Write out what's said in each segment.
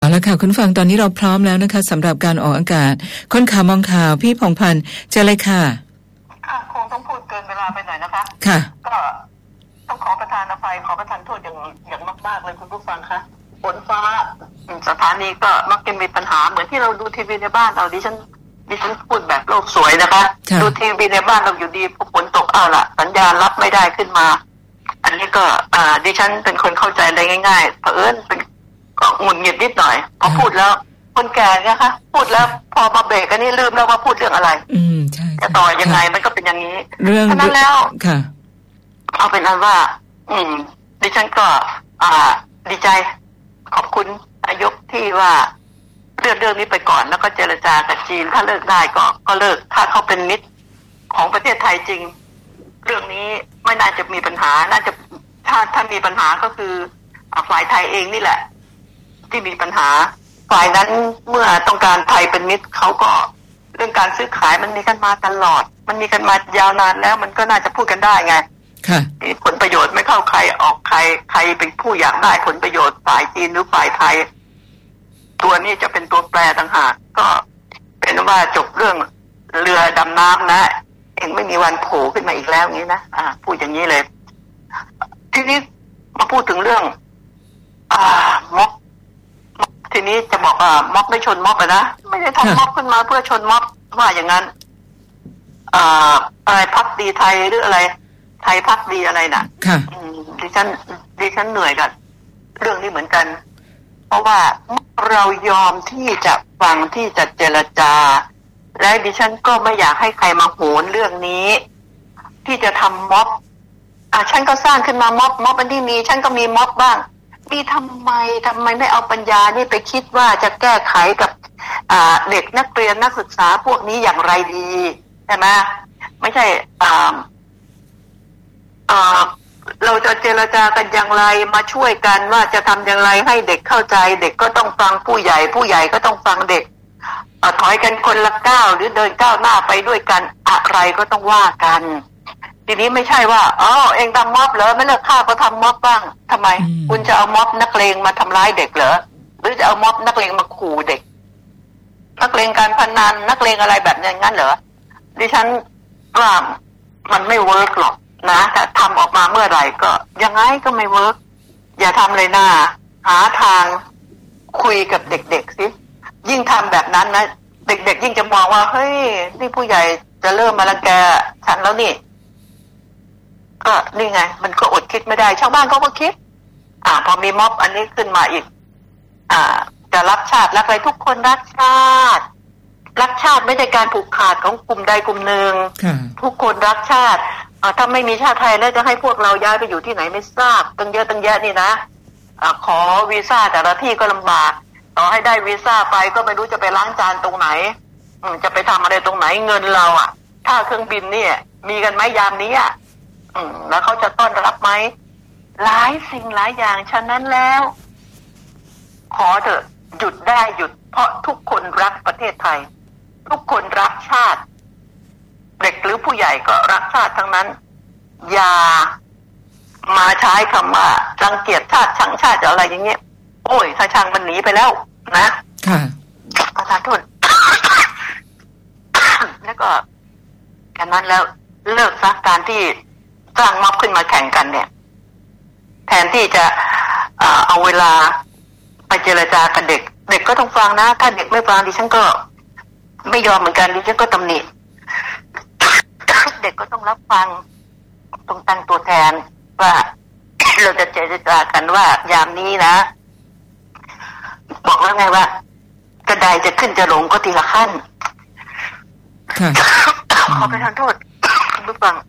แล้วค่ะคุณฟังตอนนี้เราพร้อมแล้วนะคะสำหรับการออกอากาศคนข่าวมองข่าวพี่พงษ์พันธ์เจอเลยค่ะค่ะคงต้องพูดเกินเวลาไปหน่อยนะคะค่ะก็ต้องขอประทานอภัยขอประทานโทษอย่างมากๆเลยคุณผู้ฟังคะฝนฟ้าสถานีก็มักจะมีปัญหาเหมือนที่เราดูทีวีในบ้านเราดิฉันพูดแบบโลกสวยนะคะดูทีวีในบ้านเราอยู่ดีพอฝนตกเอาล่ะสัญญาณรับไม่ได้ขึ้นมาอันนี้ก็ดิฉันเป็นคนเข้าใจได้ง่ายๆเผอิญเป็นก็หงุดหงิดนิดหน่อยพอพูดแล้วคนแก่นะคะพูดแล้วพอมาเบรกอันนี้ลืมแล้วว่าพูดเรื่องอะไรใช่จะต่อยังไงมันก็เป็นอย่างนี้เรื่องนั้นแล้วค่ะเอาเป็นอันว่าดิฉันก็ดีใจขอบคุณนายกที่ว่าเรื่องนี้ไปก่อนแล้วก็เจรจากับจีนถ้าเลิกได้ก็เลิกถ้าเขาเป็นมิตรของประเทศไทยจริงเรื่องนี้ไม่น่าจะมีปัญหาน่าจะถ้ามีปัญหาก็คือฝ่ายไทยเองนี่แหละที่มีปัญหาฝ่ายนั้นเมื่อต้องการไทยเป็นมิตรเขาก็เรื่องการซื้อขายมันมีกันมาตลอดมันมีกันมายาวนานแล้วมันก็น่าจะพูดกันได้ไงผลประโยชน์ไม่เข้าใครออกใครเป็นผู้อยากได้ผลประโยชน์ฝ่ายจีนหรือฝ่ายไทยตัวนี้จะเป็นตัวแปรต่างหากก็เป็นว่าจบเรื่องเรือดำน้ำนะเองไม่มีวันโผล่ขึ้นมาอีกแล้วงี้นะพูดอย่างนี้เลยทีนี้มาพูดถึงเรื่องม็อบทีนี้จะบอกว่าม็อบไม่ชนม็อบนะไม่ได้ทำม็อบขึ้นมาเพื่อชนม็อบว่าอย่างนั้นอะไรพักดีไทยหรืออะไรไทยพักดีอะไรน่ะดิฉันเหนื่อยกับเรื่องนี้เหมือนกันเพราะว่าเรายอมที่จะฟังที่จะเจรจาและดิฉันก็ไม่อยากให้ใครมาโหนเรื่องนี้ที่จะทำม็อบฉันก็สร้างขึ้นมาม็อบอันที่มีฉันก็มีม็อบบ้างมีทำไมไม่เอาปัญญานี่ไปคิดว่าจะแก้ไขกับเด็กนักเรียนนักศึกษาพวกนี้อย่างไรดีใช่ไหมไม่ใช่เราจะเจรจากันอย่างไรมาช่วยกันว่าจะทำอย่างไรให้เด็กเข้าใจเด็กก็ต้องฟังผู้ใหญ่ก็ต้องฟังเด็กถอยกันคนละก้าวหรือเดินก้าวหน้าไปด้วยกันอะไรก็ต้องว่ากันทีนี้ไม่ใช่ว่าเองทำม็อบเหรอไม่เลิกข้าก็ทำม็อบบ้างทำไมคุณจะเอาม็อบนักเลงมาทำร้ายเด็กเหรอหรือจะเอาม็อบนักเลงมาขู่เด็กนักเลงการพนันนักเลงอะไรแบบนี้งั้นเหรอดิฉันว่ามันไม่เวิร์กหรอกนะถ้าทำออกมาเมื่อไหร่ก็ยังไงก็ไม่เวิร์กอย่าทำเลยนะหาทางคุยกับเด็กๆสิยิ่งทำแบบนั้นนะเด็กๆยิ่งจะมองว่าเฮ้ยนี่ผู้ใหญ่จะเริ่มมารังแกฉันแล้วนี่ก็นี่ไงมันก็อดคิดไม่ได้ชาวบ้านเขาก็คิดพอมีม็อบอันนี้ขึ้นมาอีกจะรักชาติรักอะไรทุกคนรักชาติไม่ใช่การผูกขาดของกลุ่มใดกลุ่มหนึ่งทุกคนรักชาติถ้าไม่มีชาติไทยแล้วจะให้พวกเราย้ายไปอยู่ที่ไหนไม่ทราบตั้งเยอะตั้งแยะนี่นะขอวีซ่าแต่ละที่ก็ลำบากต่อให้ได้วีซ่าไปก็ไม่รู้จะไปล้างจานตรงไหนจะไปทำอะไรตรงไหนเงินเราถ้าเครื่องบินเนี่ยมีกันไหมยามนี้แล้วเขาจะต้อนรับไหมหลายสิ่งหลายอย่างฉะนั้นแล้วขอเถอะหยุดได้หยุดเพราะทุกคนรักประเทศไทยทุกคนรักชาติเด็กหรือผู้ใหญ่ก็รักชาติทั้งนั้นอย่ามาใช้คำว่ารังเกียจชาติชังชาติอะไรอย่างเงี้ยโอ้ยถ้าชังมันหนีไปแล้วนะประทานโทษ แล้วก็กันนั้นแล้วเลิกซะการที่สร้างม็อบขึ้นมาแข่งกันเนี่ยแทนที่จะเอาเวลาไปเจรจากับเด็กก็ต้องฟังนะถ้าเด็กไม่ฟังดิฉันก็ไม่ยอมเหมือนกันดิฉันก็ตำหนิ เด็กก็ต้องรับฟังต้องตั้งตัวแทนว่าเราจะเจรจากันว่ายามนี้นะบอกแล้วไงว่ากระไดจะขึ้นจะลงก็ทีละขั้นขอประทานโทษคุณผู้ฟัง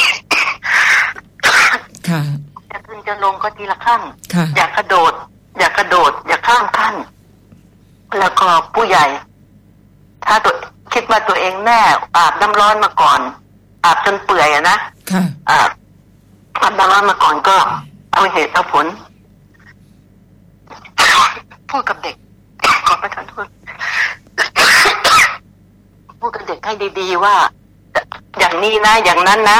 จะขึ้นจะลงก็ทีละขั้นอย่ากระโดดอย่าข้ามขั้นแล้วก็ผู้ใหญ่ถ้าตัวคิดว่าตัวเองแน่อาบน้ำร้อนมาก่อนอาบจนเปื่อยนะอาบน้ำร้อนมาก่อนก็เอาเหตุเอาผลพูดกับเด็กขอประทานโทษพูดกับเด็กให้ดีๆว่าอย่างนี้นะอย่างนั้นนะ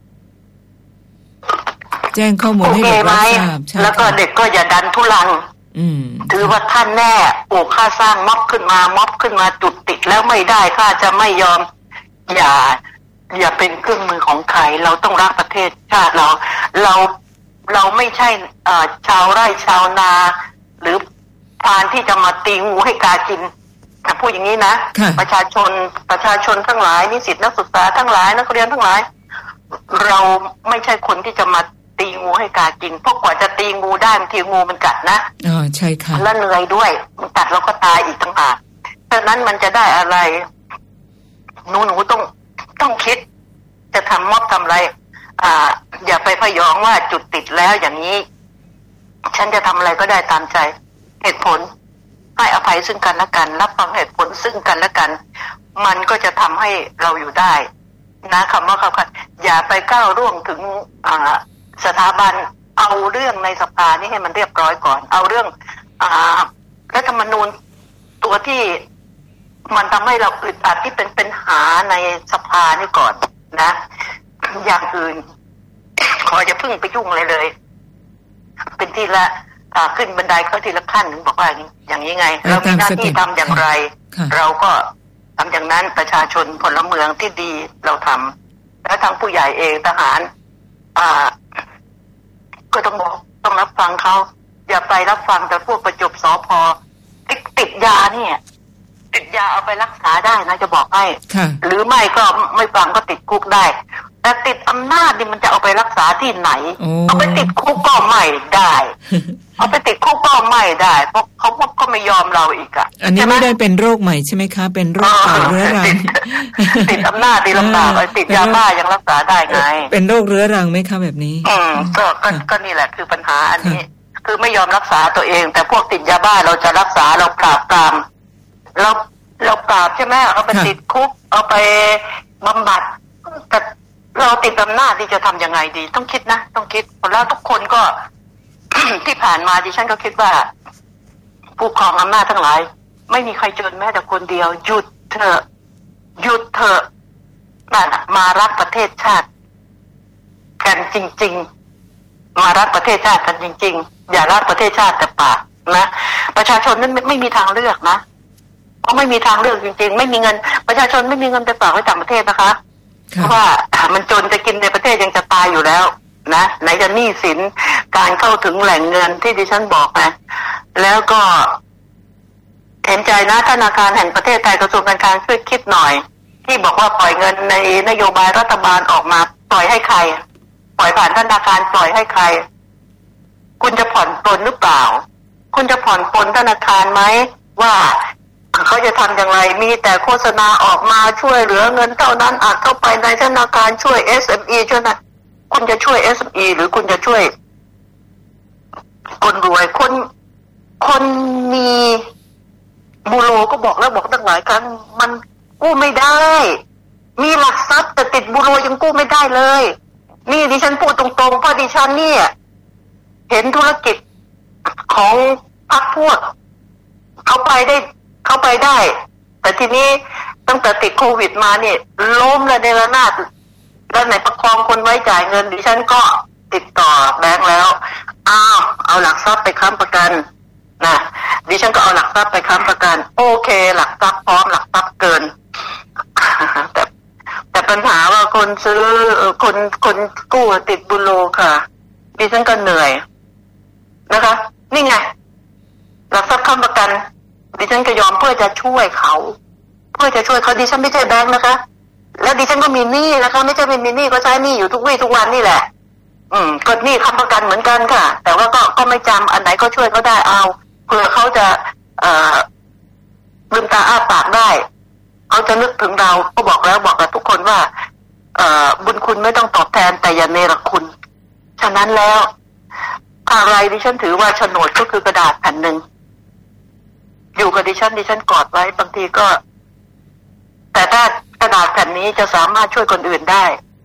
แจ้งข้อมูลให้เด็กรับทราบแล้วก็เด็กก็อย่าดันทุลังถือว่าท่านแน่โอ้ข้าสร้างม็อบขึ้นมาจุดติดแล้วไม่ได้ข้าจะไม่ยอมอย่าเป็นเครื่องมือของใครเราต้องรักประเทศชาติเราไม่ใช่ชาวไร่ชาวนาหรือพรานที่จะมาตีงูให้กากินพูดอย่างนี้นะประชาชนทั้งหลายนิสิตนักศึกษาทั้งหลายนักเรียนทั้งหลายเราไม่ใช่คนที่จะมาตีงูให้กากินเพราะกว่าจะตีงูได้บางทีงูมันกัดนะใช่ค่ะแล้วเหนื่อยด้วยมันกัดแล้วก็ตายอีกต่างหากเพราะนั้นมันจะได้อะไรหนูต้องคิดจะทำม็อบทำอะไรอย่าไปพยองว่าจุดติดแล้วอย่างนี้ฉันจะทำอะไรก็ได้ตามใจเหตุผลให้อภัยซึ่งกันและกันรับฟังเหตุผลซึ่งกันและกันมันก็จะทำให้เราอยู่ได้นะคำว่าเขาอย่าไปก้าวล่วงถึงสถาบันเอาเรื่องในสภานี่ให้มันเรียบร้อยก่อนเอาเรื่องรัฐธรรมนูญตัวที่มันทำให้เราอึดอัดที่เป็นปัญหาในสภานี่ก่อนนะอย่างอื่นขออย่าพึ่งไปยุ่งเลยเป็นทีละขึ้นบันไดเขาทีละขั้นบอกว่าอย่างนี้ไงเรามีหน้าที่ทำอย่างไรเราก็ทำอย่างนั้นประชาชนพลเมืองที่ดีเราทำและทางผู้ใหญ่เองทหารก็ต้องรับฟังเขาอย่าไปรับฟังแต่พวกประจบสภ.ติดยาเนี่ยติดยาเอาไปรักษาได้นะจะบอกให้หรือไม่ก็ไม่ฟังก็ติดคุกได้แต่ติดอำนาจนี่มันจะเอาไปรักษาที่ไหนเอาไปติดคุกก็ไม่ได้เอาไปติดคุกก็ไม่ได้เพราะเขาก็ไม่ยอมเราอีกอ่ะอันนี้ไม่ได้เป็นโรคใหม่ใช่ไหมคะเป็นโรคเก่าเรื้อรังติดอำนาจดีลำบากติดยาบ้ายังรักษาได้ไงเป็นโรคเรื้อรังไหมคะแบบนี้ก็นี่แหละคือปัญหาอันนี้คือไม่ยอมรักษาตัวเองแต่พวกติดยาบ้าเราจะรักษาเราปราบปรามเราปราบใช่ไหมเอาไปติดคุกเอาไปบำบัดแต่เราติดอำนาจที่จะทำยังไงดีต้องคิดนะต้องคิดแล้วทุกคนก็ ที่ผ่านมาดิฉันก็คิดว่าผู้ครองอำนาจทั้งหลายไม่มีใครจนแม้แต่คนเดียวหยุดเถอะมารักประเทศชาติกันจริงๆมารักประเทศชาติกันจริงๆอย่ารักประเทศชาติแต่ปากนะประชาชนนั้นไม่มีทางเลือกนะเพราะไม่มีทางเลือกจริงๆไม่มีเงินประชาชนไม่มีเงินไปฝากไว้ต่างประเทศนะคะเพราะว่ามันจนจะกินในประเทศยังจะตายอยู่แล้วนะไหนจะหนี้สินการเข้าถึงแหล่งเงินที่ดิฉันบอกนะแล้วก็เห็นใจนะธนาคารแห่งประเทศไทยกระทรวงการคลังช่วยคิดหน่อยที่บอกว่าปล่อยเงินในนโยบายรัฐบาลออกมาปล่อยให้ใครปล่อยผ่านธนาคารปล่อยให้ใครคุณจะผ่อนปลนหรือเปล่าคุณจะผ่อนปลนธนาคารไหมว่าเขาจะทำอย่างไรมีแต่โฆษณาออกมาช่วยเหลือเงินเท่านั้นอาจเข้าไปในธนาคารช่วย SME ช่วยนะคุณจะช่วย SME หรือคุณจะช่วยคนรวยคนมีบูโรก็บอกแล้วบอกตั้งหลายครั้งมันกู้ไม่ได้มีหลักทรัพย์แต่ติดบูโรยังกู้ไม่ได้เลยนี่ดิฉันพูดตรงๆเพราะดิฉันเนี่ยเห็นธุรกิจของพรรคพวกเขาไปได้แต่ทีนี้ตั้งแต่ติดโควิดมาเนี่ยล้มระเนระนาดแล้วไหนประคองคนไว้จ่ายเงินดิฉันก็ติดต่อแบงค์แล้วเอาหลักทรัพย์ไปค้ำประกันนะดิฉันก็เอาหลักทรัพย์ไปค้ำประกันโอเคหลักทรัพย์พร้อมหลักทรัพย์เกิน แต่ปัญหาว่าคนซื้อคนกู้ติดบุโรค่ะดิฉันก็เหนื่อยนะคะนี่ไงหลักทรัพย์ค้ำประกันดิฉันก็ยอมเพื่อจะช่วยเขาดิฉันไม่ใช่แบงค์นะคะแล้วดิฉันก็มีหนี้นะคะไม่ใช่ไม่มีหนี้ก็ใช้หนี้อยู่ทุกวี่ทุกวันนี่แหละก็หนี้ค้ำประกันเหมือนกันค่ะแต่ว่าก็ไม่จำอันไหนก็ช่วยเขาได้เอาเผื่อเขาจะลืมตาอ้าปากได้เขาจะนึกถึงเราก็บอกแล้วบอกกับทุกคนว่าบุญคุณไม่ต้องตอบแทนแต่อย่าเนรคุณฉะนั้นแล้วอะไรดิฉันถือว่าโฉนดก็คือกระดาษแผ่นหนึ่งอยู่กับดิฉันกอดไว้บางทีก็แต่ถ้ากระดาษแผ่นนี้จะสามารถช่วยคนอื่นได้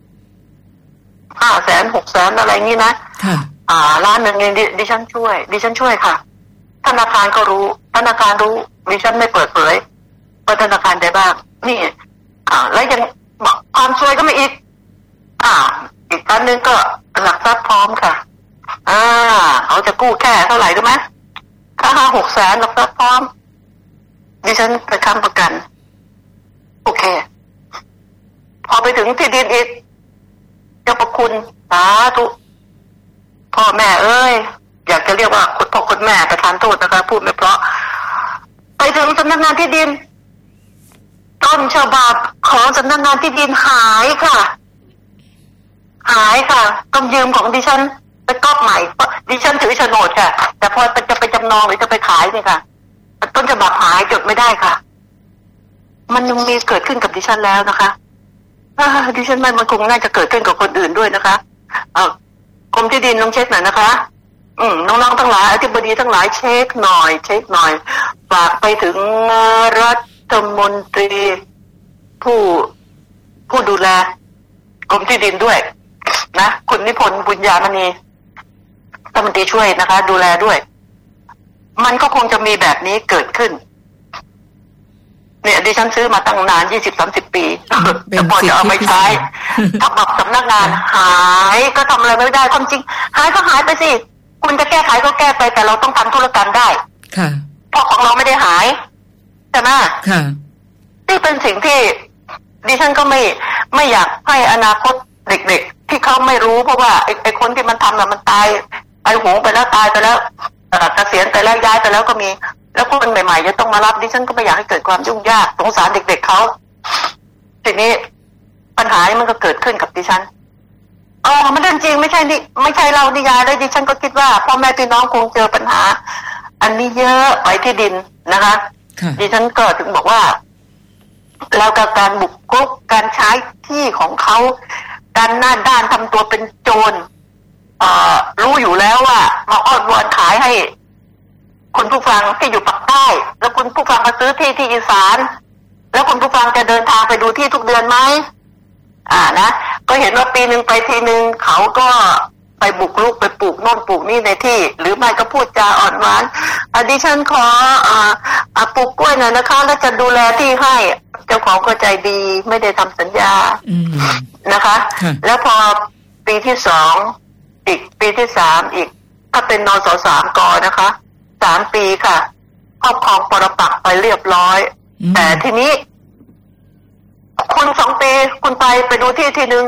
500,000 600,000อะไรงี้นะล้านหนึ่งดิฉันช่วยค่ะธนาคารก็รู้ดิฉันไม่เปิดเผยว่าธนาคารใดบ้างนี่แล้วยังความช่วยก็ไม่อีกอันนึงก็หลักทรัพย์พร้อมค่ะเขาจะกู้แค่เท่าไหร่รู้ไหมถ้า5-6 แสนเราก็พร้อมดิฉันไปค้ำประกันโอเคพอไปถึงที่ดินอีกเจ้าประคุณสาธุพ่อแม่เอ้ยอยากจะเรียกว่าคุณพ่อคุณแม่ประทานโทษนะคะพูดไม่เพราะไปถึงสำนักงานที่ดินต้นฉบับของสำนักงานที่ดินหายค่ะต้องยืมของดิฉันไปก๊อปใหม่ดิฉันถือโฉนดค่ะแต่พอจะไปจำนองหรือจะไปขายเนี่ยค่ะต้นฉบับหายจดไม่ได้ค่ะมันยังมีเกิดขึ้นกับดิฉันแล้วนะคะดิฉันมันคงน่าจะเกิดขึ้นกับคนอื่นด้วยนะคะกรมที่ดินลองเช็คหน่อยนะคะน้องๆทั้งหลายอธิบดีทั้งหลายเช็คหน่อยฝากไปถึงรัฐมนตรีผู้ดูแลกรมที่ดินด้วยนะคุณนิพนธ์บุญญามณีรัฐมนตรีช่วยนะคะดูแลด้วยมันก็คงจะมีแบบนี้เกิดขึ้นเนี่ยดิฉันซื้อมาตั้งนาน 20-30 ปีแต่พอจะเอาไปใช้ถ้าแบบสำนักงานหายก็ทำอะไรไม่ได้ความจริงหายก็หายไปสิคุณจะแก้ไขก็แก้ไปแต่เราต้องทำธุรกรรมได้ค่ะเพราะของเราไม่ได้หายใช่ไหมค่ะนี่เป็นสิ่งที่ดิฉันก็ไม่อยากให้อนาคตเด็กๆที่เขาไม่รู้เพราะว่าไอ้คนที่มันทำน่ะมันตายไอ้หงไปแล้วตายไปแล้วเกษียณไปแล้วย้ายไปแล้วก็มีแล้วคนใหม่ๆจะต้องมารับดิฉันก็ไม่อยากให้เกิดความยุ่งยากสงสารเด็กๆเขาทีนี้ปัญหามันก็เกิดขึ้นกับดิฉันมันเรื่องจริงไม่ใช่เรานิยายเลยดิฉันก็คิดว่าพ่อแม่พี่น้องคงเจอปัญหาอันนี้เยอะไปที่ดินนะคะดิฉันก็ถึงบอกว่าแล้วกับการบุกรุกการใช้ที่ของเขาการหน้าด้านทำตัวเป็นโจรรู้อยู่แล้วว่ามาอ้อนวอนขายให้คุณผู้ฟังที่อยู่ปากใต้แล้วคุณผู้ฟังมาซื้อที่อีสานแล้วคุณผู้ฟังจะเดินทางไปดูที่ทุกเดือนไหมนะก็เห็นว่าปีนึงไปทีนึงเขาก็ไปบุกรุกไปปลูกโน่นปลูกนี่ในที่หรือไม่ก็พูดจาอ่อนหวานดิฉันขอปลูกกล้วยหน่อยนะคะแล้วจะดูแลที่ให้เจ้าของก็ใจดีไม่ได้ทำสัญญานะคะแล้วพอปีที่2อีกปีที่3อีกถ้าเป็นนส3 กนะคะ3 ปีค่ะครอบครองปรปักษ์ไปเรียบร้อยแต่ทีนี้คุณ2 ปีคุณไปดูที่นึง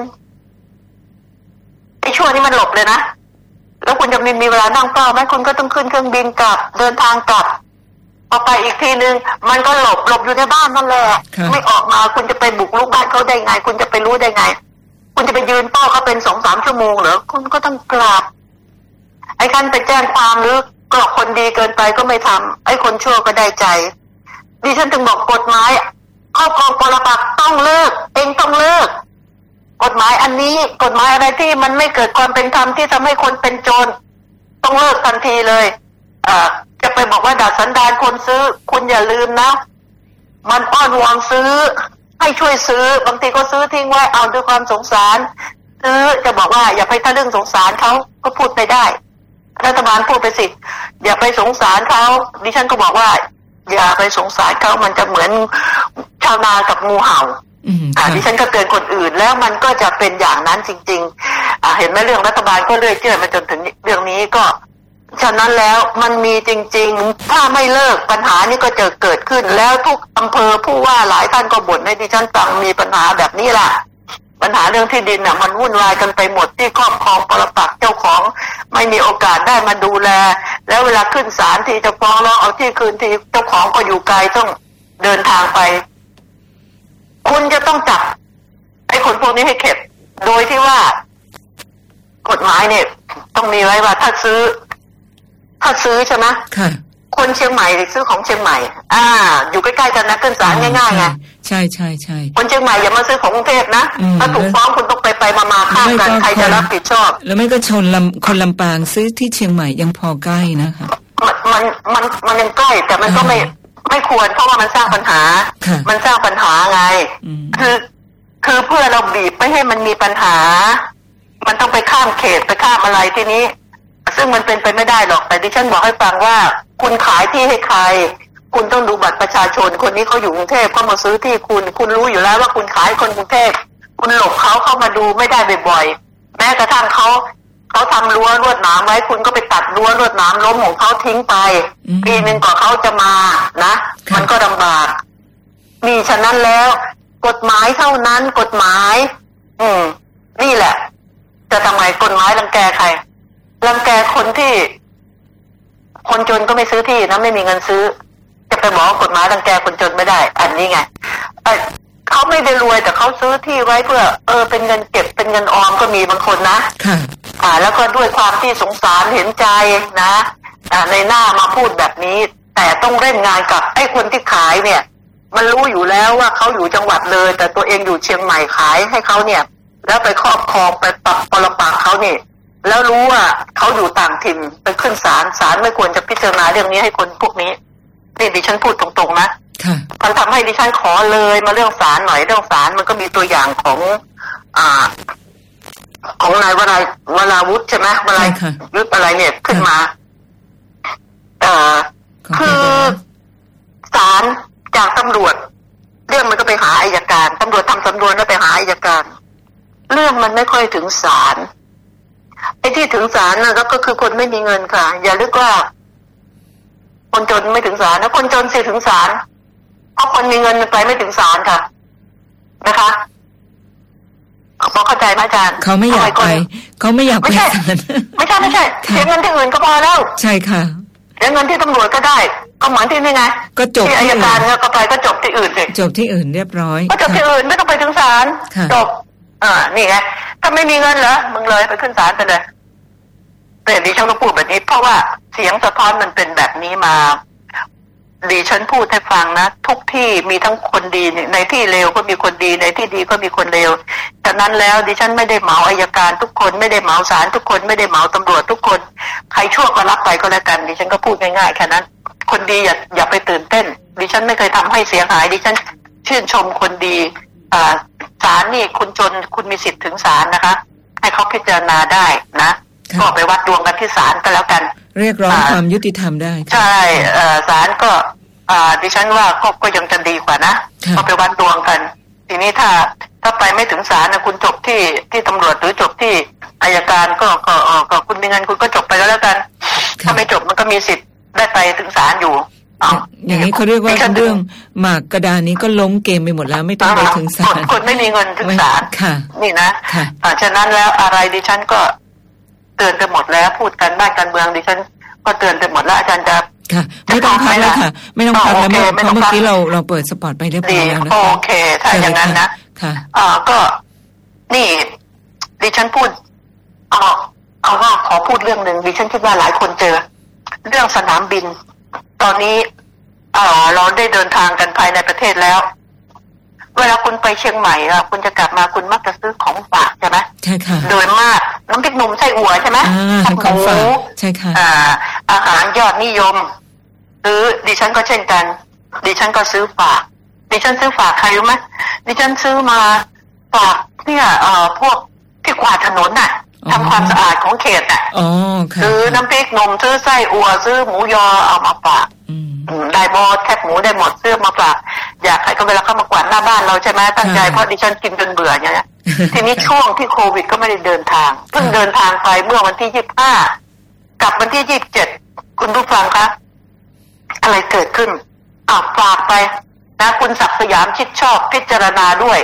ไอ้ช่วงนี้มันหลบเลยนะแล้วคุณจะมีเวลานั่งเฝ้าไหมคุณก็ต้องขึ้นเครื่องบินกลับเดินทางกลับพอไปอีกทีนึงมันก็หลบอยู่ในบ้านนั่นแหละไม่ออกมาคุณจะไปบุกรุกบ้านเขาได้ไงคุณจะไปรู้ได้ไงคุณจะไปยืนเฝ้าเขาเป็น 2-3 ชั่วโมงเหรอคุณก็ต้องกลับไอ้การไปแจ้งความหรือก็คนดีเกินไปก็ไม่ทำไอ้คนชั่วก็ได้ใจดิฉันถึงบอกกฎหมายครอบครองปรปักษ์ต้องเลิกเองต้องเลิกกฎหมายอันนี้กฎหมายอะไรที่มันไม่เกิดความเป็นธรรมที่ทำให้คนเป็นโจรต้องเลิกทันทีเลยจะไปบอกว่าดัดสันดานคนซื้อคุณอย่าลืมนะมันอ้อนวอนซื้อให้ช่วยซื้อบางทีก็ซื้อทิ้งไว้เอาด้วยความสงสารซื้อจะบอกว่าอย่าไปทะลึ่งสงสารเขาก็พูดไปได้รัฐบาลพูดไปสิอย่าไปสงสารเขาดิฉันก็บอกว่าอย่าไปสงสารเขามันจะเหมือนชาวนากับงูเห่าดิฉันก็เตือนคนอื่นแล้วมันก็จะเป็นอย่างนั้นจริงๆเห็นไหมเรื่องรัฐบาลก็เลื่อยเจื่อยมาจนถึงเรื่องนี้ก็ฉะนั้นแล้วมันมีจริงๆถ้าไม่เลิกปัญหานี้ก็จะเกิดขึ้นแล้วทุกอำเภอผู้ว่าหลายท่านก็บ่นให้ดิฉันฟังมีปัญหาแบบนี้ล่ะปัญหาเรื่องที่ดินมันวุ่นวายกันไปหมดที่ครอบครองปรปักษ์เจ้าของไม่มีโอกาสได้มาดูแลแล้วเวลาขึ้นศาลที่จะฟ้องร้องเอาที่คืนที่เจ้าของก็อยู่ไกลต้องเดินทางไปคุณจะต้องจับไอ้คนพวกนี้ให้เข็ดโดยที่ว่ากฎหมายเนี่ยต้องมีไว้ว่าถ้าซื้อใช่ไหมคนเชียงใหม่ซื้อของเชียงใหม่อยู่ใกล้ๆกันนะขึ้นศาลง่ายๆไงใช่คนเชียงใหม่อย่ามาซื้อของกรุงเทพนะถ้าถูกฟ้องคุณต้องไปมาข้ามกันใครจะรับผิดชอบแล้วไม่ก็คนลำปางซื้อที่เชียงใหม่ยังพอใกล้นะคะมันยังใกล้แต่มันก็ไม่ควรเพราะว่ามันสร้างปัญหามันสร้างปัญหาไงคือเพื่อเราบีบไม่ให้มันมีปัญหามันต้องไปข้ามเขตไปข้ามอะไรทีนี้ซึ่งมันเป็นไปไม่ได้หรอกแต่ดิฉันบอกให้ฟังว่าคุณขายที่ให้ใครคุณต้องดูบัตรประชาชนคนนี้เขาอยู่กรุงเทพเขามาซื้อที่คุณรู้อยู่แล้วว่าคุณขายคนกรุงเทพคุณหลบเขาเข้ามาดูไม่ได้บ่อยๆแม้กระทั่งเขาเขาทำรั้วลวดหนามไว้คุณก็ไปตัดรั้วลวดหนามล้มของเขาทิ้งไปปีนึงกว่าเขาจะมานะมันก็ลำบากมีฉะนั้นแล้วกฎหมายเท่านั้นกฎหมายนี่แหละจะทำไงกฎหมายรังแกใครรังแกคนที่คนจนก็ไม่ซื้อที่นะไม่มีเงินซื้อจะไปบอกกฎหมายรังแกคนจนไม่ได้อันนี้ไงเขาไม่ได้รวยแต่เขาซื้อที่ไว้เพื่อเป็นเงินเก็บเป็นเงินออมก็มีบางคนนะแล้วก็ด้วยความที่สงสารเห็นใจนะในหน้ามาพูดแบบนี้แต่ต้องเล่นงานกับไอ้คนที่ขายเนี่ยมันรู้อยู่แล้วว่าเขาอยู่จังหวัดเลยแต่ตัวเองอยู่เชียงใหม่ขายให้เขาเนี่ยแล้วไปครอบครองไปปรับปรปักษ์เขาเนี่ยแล้วรู้ว่าเขาอยู่ต่างถิ่นไปขึ้นศาลไม่ควรจะพิจารณาเรื่องนี้ให้คนพวกนี้นี่ดิฉันพูดตรงๆนะมันทำให้ดิฉันขอเลยมาเรื่องศาลหน่อยเรื่องศาลมันก็มีตัวอย่างของนายวราวุฒิใช่ไหมวรายุทธอะไรเนี่ยขึ้นมาคือศาลจากตำรวจเรื่องมันก็ไปหาอัยการตำรวจทำสำนวนแล้วไปหาอัยการเรื่องมันไม่ค่อยถึงศาลไอ้ที่ถึงศาลนะก็คือคนไม่มีเงินค่ะอย่าลึกว่าคนจนไม่ถึงศาลนะคนจนสิถึงศาลเพราะคนมีเงินไปไม่ถึงศาลค่ะนะคะพอเข้าใจไหมอาจารย์เขาไม่อยากไปเขาไม่อยากไปศาลไม่ใช่เสียเงินที่อื่นก็พอแล้วใช่ค่ะเสียเงินที่ตำรวจก็ได้ก็เหมือนที่นี่ไงก็จบที่อัยการก็ไปก็จบที่อื่นสิจบที่อื่นเรียบร้อยก็จบที่อื่นไม่ต้องไปถึงศาลจบนี่ไงถ้าไม่มีเงินเหรอมึงเลยไปขึ้นศาลไปเลยแต่ดิฉันก็พูดแบบนี้เพราะว่าเสียงสะท้อนมันเป็นแบบนี้มาดิฉันพูดให้ฟังนะทุกที่มีทั้งคนดีในที่เลวก็มีคนดีในที่ดีก็มีคนเลวฉะนั้นแล้วดิฉันไม่ได้เหมาอัยการทุกคนไม่ได้เหมาศาลทุกคนไม่ได้เหมาตำรวจทุกคนใครชั่วก็รับไปก็แล้วกันดิฉันก็พูดง่ายๆแค่นั้นคนดีอย่าไปตื่นเต้นดิฉันไม่เคยทำให้เสียหายดิฉันชื่นชมคนดีศาลนี่คุณจนคุณมีสิทธิ์ถึงศาลนะคะให้เขาพิจารณาได้นะก็ไปวัดดวงกันที่ศาลก็แล้วกันเรียกร้องความยุติธรรมได้ใช่ศาลก็ดิฉันว่าก็ยังจะดีกว่านะก็ไปวัดดวงกันทีนี้ถ้าไปไม่ถึงศาลนะคุณจบที่ตำรวจหรือจบที่อัยการก็คุณมีเงินคุณก็จบไปแล้วกันถ้าไม่จบมันก็มีสิทธิ์ได้ไปถึงศาลอยู่อย่างนี้เขาเรียกว่าเรื่องหมากกระดานนี้ก็ล้มเกมไปหมดแล้วไม่ต้องไปถึงศาลคนไม่มีเงินถึงศาลนี่นะฉะนั้นแล้วอะไรดิฉันก็เตือนไปหมดแล้วพูดกันบ้านการเมืองดิฉันก็เตือนไปหมดแล้วอาจารย์จะค่ะไม่ต้องพักแล้วค่ะไม่ต้องพักแล้วเพราะเมื่อกี้เราเปิดสปอตไปเรียบร้อยแล้วนะคะโอเคถ้าอย่างนั้นนะค่ะก็นี่ดิฉันพูดเอาว่าขอพูดเรื่องนึงดิฉันคิดว่าหลายคนเจอเรื่องสนามบินตอนนี้เราได้เดินทางกันภายในประเทศแล้วเวลาคุณไปเชียงใหม่คุณจะกลับมาคุณมักจะซื้อของฝากใช่ไหมใช่ค่ะโดยมากน้ำพริกหนุ่มไส้อั่วใช่ไหมของฝากใช่ค่ะอาหารยอดนิยมดิฉันก็เช่นกันดิฉันก็ซื้อฝากดิฉันซื้อฝากใครรู้ไหมดิฉันซื้อมาฝากเนี่ยพวกที่กวาดถนนน่ะทำความสะอาดของเขตน่ะซื้อน้ำพริกหนุ่มซื้อไส้อั่วซื้อหมูยอเอามาฝากได้หมดแคบหมูได้หมดเสื้อมาฝากอยากให้ก็เวลาเข้ามากวาดหน้าบ้านเราใช่ไหมตั้งใจเพราะดิฉันกินจนเบื่ออย่างเงี้ยทีนี้ช่วงที่โควิดก็ไม่ได้เดินทางเพิ่งเดินทางไปเมื่อวันที่25กลับวันที่27คุณผู้ฟังคะอะไรเกิดขึ้นฝากไปนะคุณศักดิ์สยามชิดชอบพิจารณาด้วย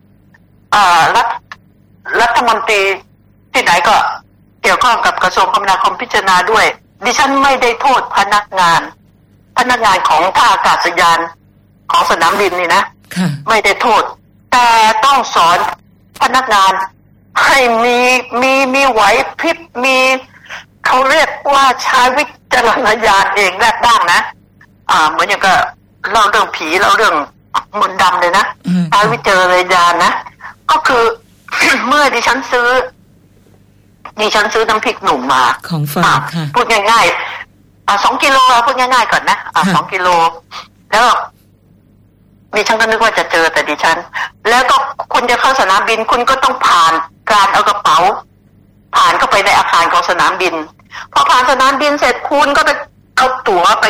รัฐมนตรีที่ไหนก็เกี่ยวข้องกับกระทรวงคมนาคมพิจารณาด้วยดิฉันไม่ได้โทษพนักงานของท่าอากาศยานของสนามบินนี่นะไม่ได้โทษแต่ต้องสอนพนักงานให้มีไหวพริบมีเขาเรียกว่าใช้วิจารณญาณเองแรกบ้างนะเหมือนอย่างก็เล่าเรื่องผีเล่าเรื่องมนต์ดำเลยนะใช้วิจารณญาณนะก็คือ เมื่อดิฉันซื้อน้ำพริกหนุ่มมาของฝากค่ะพูดง่ายๆ2 กิโลพูดง่ายๆก่อนนะ2 กิโลแล้วดิฉันก็นึกว่าจะเจอแต่ดิฉันแล้วก็คุณจะเข้าสนามบินคุณก็ต้องผ่านการเอากระเป๋าผ่านเข้าไปในอาคารของสนามบินพอผ่านสนามบินเสร็จคุณก็ไปเอาตั๋วไป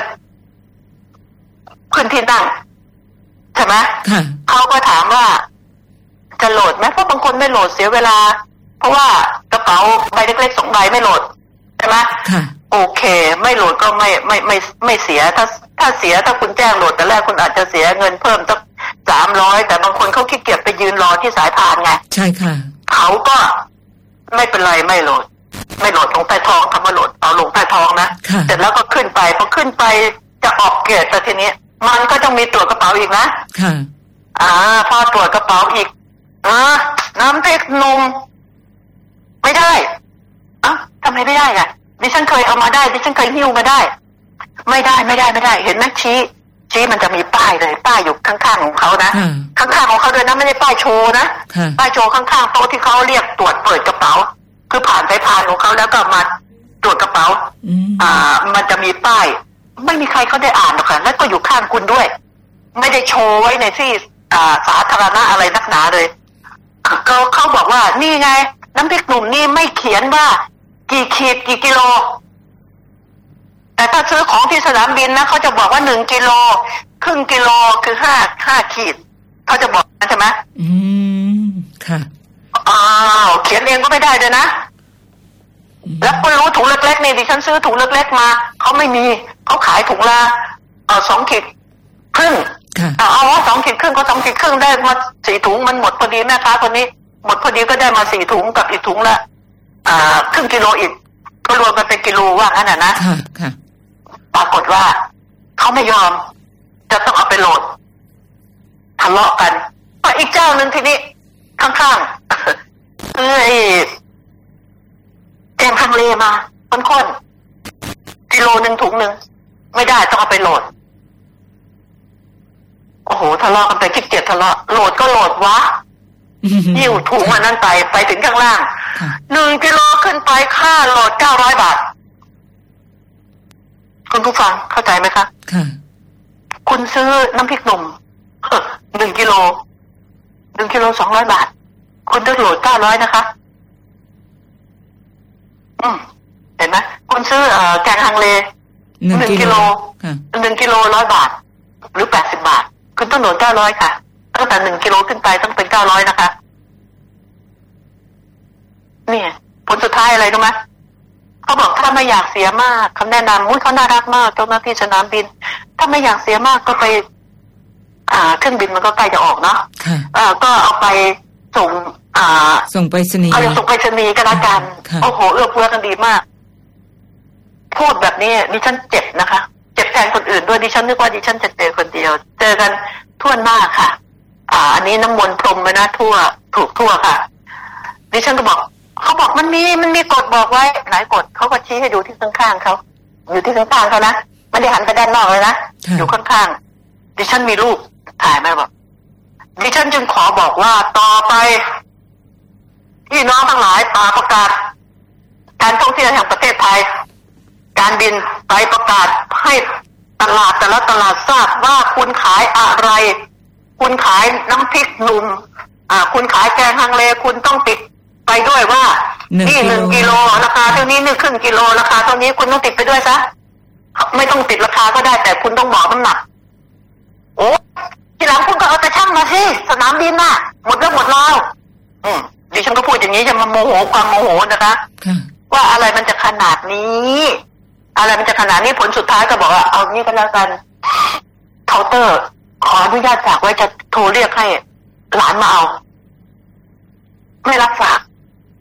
ขึ้นที่นั่งใช่ไหมเขาก็ถามว่าจะโหลดไหมเพราะบางคนไม่โหลดเสียเวลาเพราะว่ากระเป๋าเป๋าใบเล็กๆ2ใบไม่โหลดใช่ไหมค่ะโอเคไม่โหลดก็ไม่เสียถ้าเสียถ้าคุณแจ้งโหลดแต่แรกคุณอาจจะเสียเงินเพิ่มสัก300แต่บางคนเขาขี้เกียจไปยืนรอที่สายพานไงใช่ค่ะเขาก็ไม่เป็นไรไม่โหลดลงใต้ท้องทำมาโหลดเอาลงใต้ท้องนะเสร็จแล้วก็ขึ้นไปพอขึ้นไปจะออกเกตแต่ทีนี้มันก็ต้องมีตรวจกระเป๋าอีกนะค่ะพอตรวจกระเป๋าอีกน้ำพริกนมไม่ได้ทำไมไม่ได้ล่ะดิฉันเคยเอามาได้ดิฉันเคยหิ้วมาได้ไม่ได้เห็นไหมชี้มันจะมีป้ายเลยป้ายอยู่ข้างๆของเขานะข้างๆของเขาด้วยนะไม่ได้ป้ายโชว์นะป้ายโชว์ข้างๆโต๊ะที่เขาเรียกตรวจเปิดกระเป๋าคือผ่านไปผ่านของเขาแล้วก็มาตรวจกระเป๋ามันจะมีป้ายไม่มีใครเขาได้อ่านหรอกค่ะแล้วก็อยู่ข้างคุณด้วยไม่ได้โชว์ไว้ในที่สาธารณะอะไรนักหนาเลยเขาบอกว่านี่ไงน้ำพริกหนุ่มนี่ไม่เขียนว่ากี่ขีดกี่กิโลแต่ถ้าซื้อของที่สนามบินนะเขาจะบอกว่า1กิโลครึ่งกิโลคือ5ขีดเขาจะบอกใช่ไหมค่ะเขียนเองก็ไม่ได้เลยนะแล้วคุณรู้ถุงเล็กๆนี่ดิฉันซื้อถุงเล็กๆมาเขาไม่มีเขาขายถุงละ2ขีดครึ่งเอาว่า2ขีดครึ่งก็2ขีดครึ่งได้มา4ถุงมันหมดพอดีแม่ค้าคนนี้หมดพอดีก็ได้มา4ถุงกับอีกถุงละครึ่งกิโลอีกก็รวมกันเป็นกิโลว่างั้นนะปรากฏว่าเขาไม่ยอมจะต้องเอาไปโหลดทะเลาะกันอีกเจ้านึงทีนี้ข้างๆแกงฮังเลมาข้นๆกิโลนึงถุงนึงไม่ได้ต้องเอาไปโหลดโอ้โหทะเลาะกันไปขี้เกียจทะเลาะโหลดก็โหลดวะหิ้วถุงมันนั่นไปถึงข้างล่าง1กิโลขึ้นไปค่าโหลด900 บาทคุณผู้ฟังเข้าใจไหมคะค่ะคุณซื้อน้ำพริกหนุ่ม1กิโล200 บาทคุณได้โหลด900นะคะเห็นไหมคุณซื้อแกงฮังเล1กิโล1กิโล100 บาทหรือ80 บาทคุณต้องโหลด900ค่ะตั้งแต่1กิโลขึ้นไปต้องเป็น900นะคะเนี่ยผลสุดท้ายอะไรรู้ไหมเขาบอกถ้าไม่อยากเสียมากเขาแนะนำเขาน่ารักมากเจ้าหน้าที่สนามบินถ้าไม่อยากเสียมากก็ไปเครื่องบินมันก็ใกล้จะออกเนาะก็เอาไปส่งไปรษณีย์ส่งไปรษณีย์ก็แล้วกันโอ้โหเอื้อเฟื้อกันดีมากพูดแบบนี้ดิฉันเจ็บนะคะเจ็บแทนคนอื่นด้วยดิฉันนึกว่าดิฉันจะเจอคนเดียวเจอกันทั่วหน้าค่ะอันนี้น้ำมนต์พรมไปนะทั่วค่ะดิฉันก็บอกเขาบอกมันมีกฎบอกไว้หลายกฎเขาก็ชี้ให้ดูที่ข้างๆเขาอยู่ที่ข้างๆเขานะไม่ได้หันไปด้านนอกเลยนะอยู่ข้างๆดิฉันมีรูปถ่ายมาบอกดิฉันจึงขอบอกว่าต่อไปพี่น้องทั้งหลายประกาศการท่องเที่ยวแห่งประเทศไทยการบินไปประกาศให้ตลาดแต่ละตลาดทราบว่าคุณขายอะไรคุณขายน้ำพริกหนุ่มคุณขายแกงฮังเลคุณต้องติดไปด้วยว่านี่1กิโลราคาเท่านี้1ครึ่งกิโลราคาเท่านี้คุณต้องติดไปด้วยซะไม่ต้องติดราคาก็ได้แต่คุณต้องบอกน้ำหนักโอ้ทีหลังคุณก็เอาแต่ช่างมาสิสนามบินน่ะหมดแล้วหมดแล้วดิฉันก็พูดอย่างนี้จะมาโมโหความโมโหนะคะว่าอะไรมันจะขนาดนี้อะไรมันจะขนาดนี้ผลสุดท้ายก็บอกว่าเอางี้ก็แล้วกันเคาน์เตอร์ขออนุญาตฝากไว้จะโทรเรียกให้หลานมาเอาไม่รับฝาก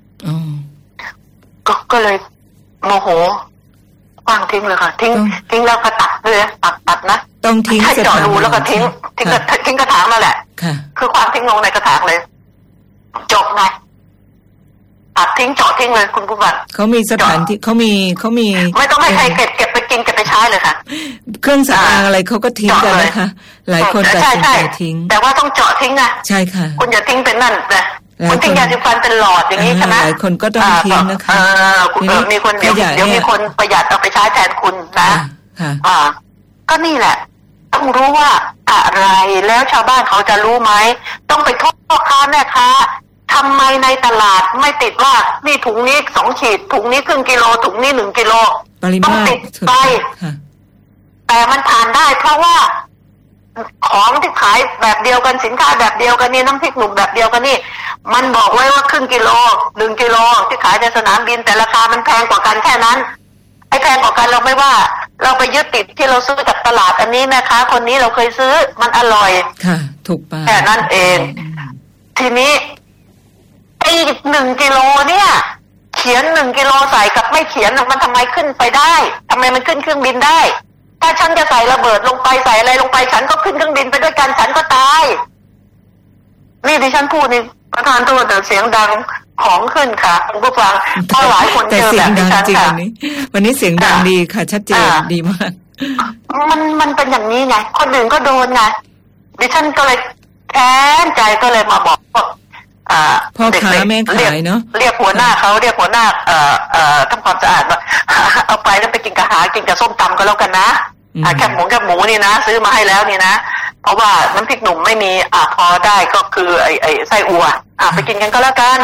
ก็เลยโมโหวางทิ้งเลยค่ะทิ้งแล้วก็ตัดเลยตัดนะต้องทิ้งให้เจาะรูแล้วก็ทิ้งกระถางนั่นแหละคือความทิ้งลงในกระถางเลยจบไงตัดทิ้งเจาะทิ้งเลยคุณผู้ฟังเขามีสถานที่เขามีไม่ต้องให้ใครเก็บไปกินเก็บไปใช้เลยค่ะเครื่องสำอางอะไรเขาก็ทิ้งกันนะคะหลายคนตัดสินใจทิ้งแต่ว่าต้องเจาะทิ้งนะใช่ค่ะคุณอย่าทิ้งเป็นนั่นนะคุณทิ้งยาสีฟันเป็นหลอดอย่างนี้ใช่ไหมหลายคนก็ต้องทิ้งนะคะมีคนเดี๋ยวมีคนประหยัดเอาไปใช้แทนคุณนะก็นี่แหละต้องรู้ว่าอะไรแล้วชาวบ้านเขาจะรู้ไหมต้องไปโทษพ่อค้าแม่ค้าทำไมในตลาดไม่ติดว่านี่ถุงนี้2ขีดถุงนี้ครึ่งกิโลถุงนี้1กิโลต้องติดไปแต่มันผ่านได้เพราะว่าของที่ขายแบบเดียวกันสินค้าแบบเดียวกันนี่น้ำพริกหนุ่มแบบเดียวกันนี่มันบอกไว้ว่าครึ่งกิโล1 กิโลที่ขายในสนามบินแต่ราคามันแพงกว่ากันแค่นั้นไอ้แพงกว่ากันเราไม่ว่าเราไปยึดติดที่เราซื้อจากตลาดอันนี้แม่ค้าคนนี้เราเคยซื้อมันอร่อยค่ะถูกป่ะแค่นั้นเองทีนี้ไอ้1 กิโลเนี่ยเขียน1 กิโลใส่กับไม่เขียนมันทำไมขึ้นไปได้ทำไมมันขึ้นเครื่องบินได้ถ้าฉันจะใส่ระเบิดลงไปใส่อะไรลงไปฉันก็ขึ้นเครื่องบินไปด้วยกันฉันก็ตายนี่ที่ฉันพูดนี่ประธานโทษแต่เสียงดังของขึ้นค่ะคุณผู้ฟังเพราะหลายคนเจอแบบนี้ค่ะวันนี้เสียงดังดีค่ะชัดเจนดีมากมันเป็นอย่างนี้ไงคนอื่นก็โดนไงดิฉันก็เลยแค้นใจก็เลยมาบอกพ่อค้าแม่ขายเนาะเรียกหัวหน้าเขาเรียกหัวหน้าทำความสะอาดว่าเอาไปแล้วไปกินกับกินกับส้มตำก็แล้วกันนะแคบหมูนี่นะซื้อมาให้แล้วนี่นะเพราะว่าน้ำพริกหนุ่มไม่มีพอได้ก็คือไอ้ไส้อั่วไปกินกันก็แล้วกัน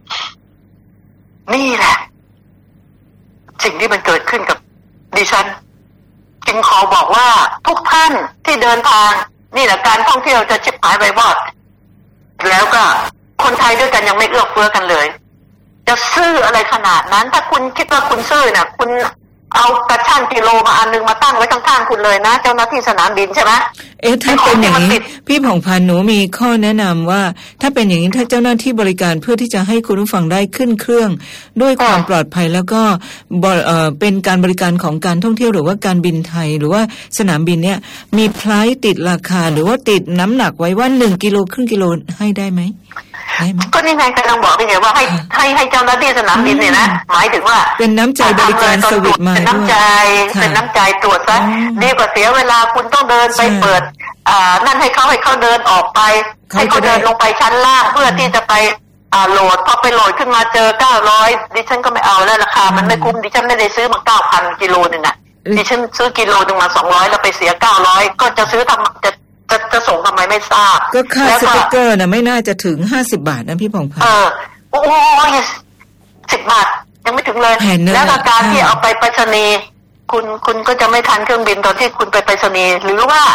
นี่แหละสิ่งที่มันเกิดขึ้นกับดิฉันจึงขอบอกว่าทุกท่านที่เดินทางนี่แหละการท่องเที่ยวจะชิบหายไปหมดแล้วก็คนไทยด้วยกันยังไม่เอื้อเฟื้อกันเลยจะซื่ออะไรขนาดนั้นถ้าคุณคิดว่าคุณซื่อเนี่ยคุณเอากระชั่งกิโลมาอันนึงมาตั้งไว้ข้างๆคุณเลยนะเจ้าหน้าที่สนามบินใช่ไหมถ้าเป็นอย่างนี้พี่ผ่องพันธุ์หนูมีข้อแนะนำว่าถ้าเป็นอย่างนี้ถ้าเจ้าหน้าที่บริการเพื่อที่จะให้คุณผู้ฟังได้ขึ้นเครื่องด้วยความปลอดภัยแล้วก็เป็นการบริการของการท่องเที่ยวหรือว่าการบินไทยหรือว่าสนามบินเนี่ยมีไพรซ์ติดราคาหรือว่าติดน้ำหนักไว้ว่า1 กิโลครึ่งกิโลให้ได้ไหมก็นี่ไงกำลังบอกไงว่าให้เจ้าหน้าที่สนามบินเนี่ยนะหมายถึงว่าเป็นน้ำใจบริการสวิตมาเป็นน้ำใจตรวจซะดีกว่าเสียเวลาคุณต้องเดินไปเปิดนั่นให้เขาเดินออกไปให้เขาเดินลงไปชั้นล่างเพื่อที่จะไปโหลดพอไปโหลดขึ้นมาเจอ900ดิฉันก็ไม่เอาแล้วราคามันไม่คุ้มดิฉันไม่ได้ซื้อมา 9,000 กิโลนึงอ่ะดิฉันซื้อกิโลนึงมา200แล้วไปเสีย900ก็จะซื้อจะส่งทำไมไม่ทราบก็ค่าสติ๊กเกอร์นะไม่น่าจะถึง50 บาทนะพี่ผ่องพันธุ์โอ้ย10 บาทยังไม่ถึงเลยแล้วการที่เอาไปไปรษณีย์คุณก็จะไม่ทันเครื่องบินตอนที่คุณไปไปรษณีย์หรือว่า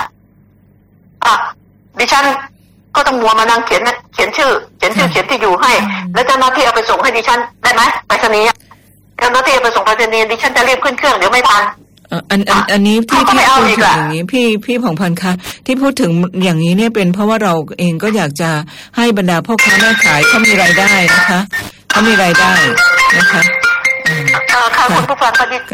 ดิฉันก็ต้องมัวมานั่งเขียนชื่อเขียนที่อยู่ให้แล้วเจ้าหน้าที่เอาไปส่งให้ดิฉันได้ไหมไปรษณีย์เจ้าหน้าที่ไปส่งไปรษณีย์ดิฉันจะรีบขึ้นเครื่องเดี๋ยวไม่ทันอันนี้ที่พูดถึงอย่างนี้พี่ผ่องพันธุ์คะที่พูดถึงอย่างนี้เนี่ยเป็นเพราะว่าเราเองก็อยากจะให้บรรดาพ่อค้าแม่ขายเขามีรายได้นะคะเขามีรายได้นะคะค่ะคุณผู้ฟังพอดี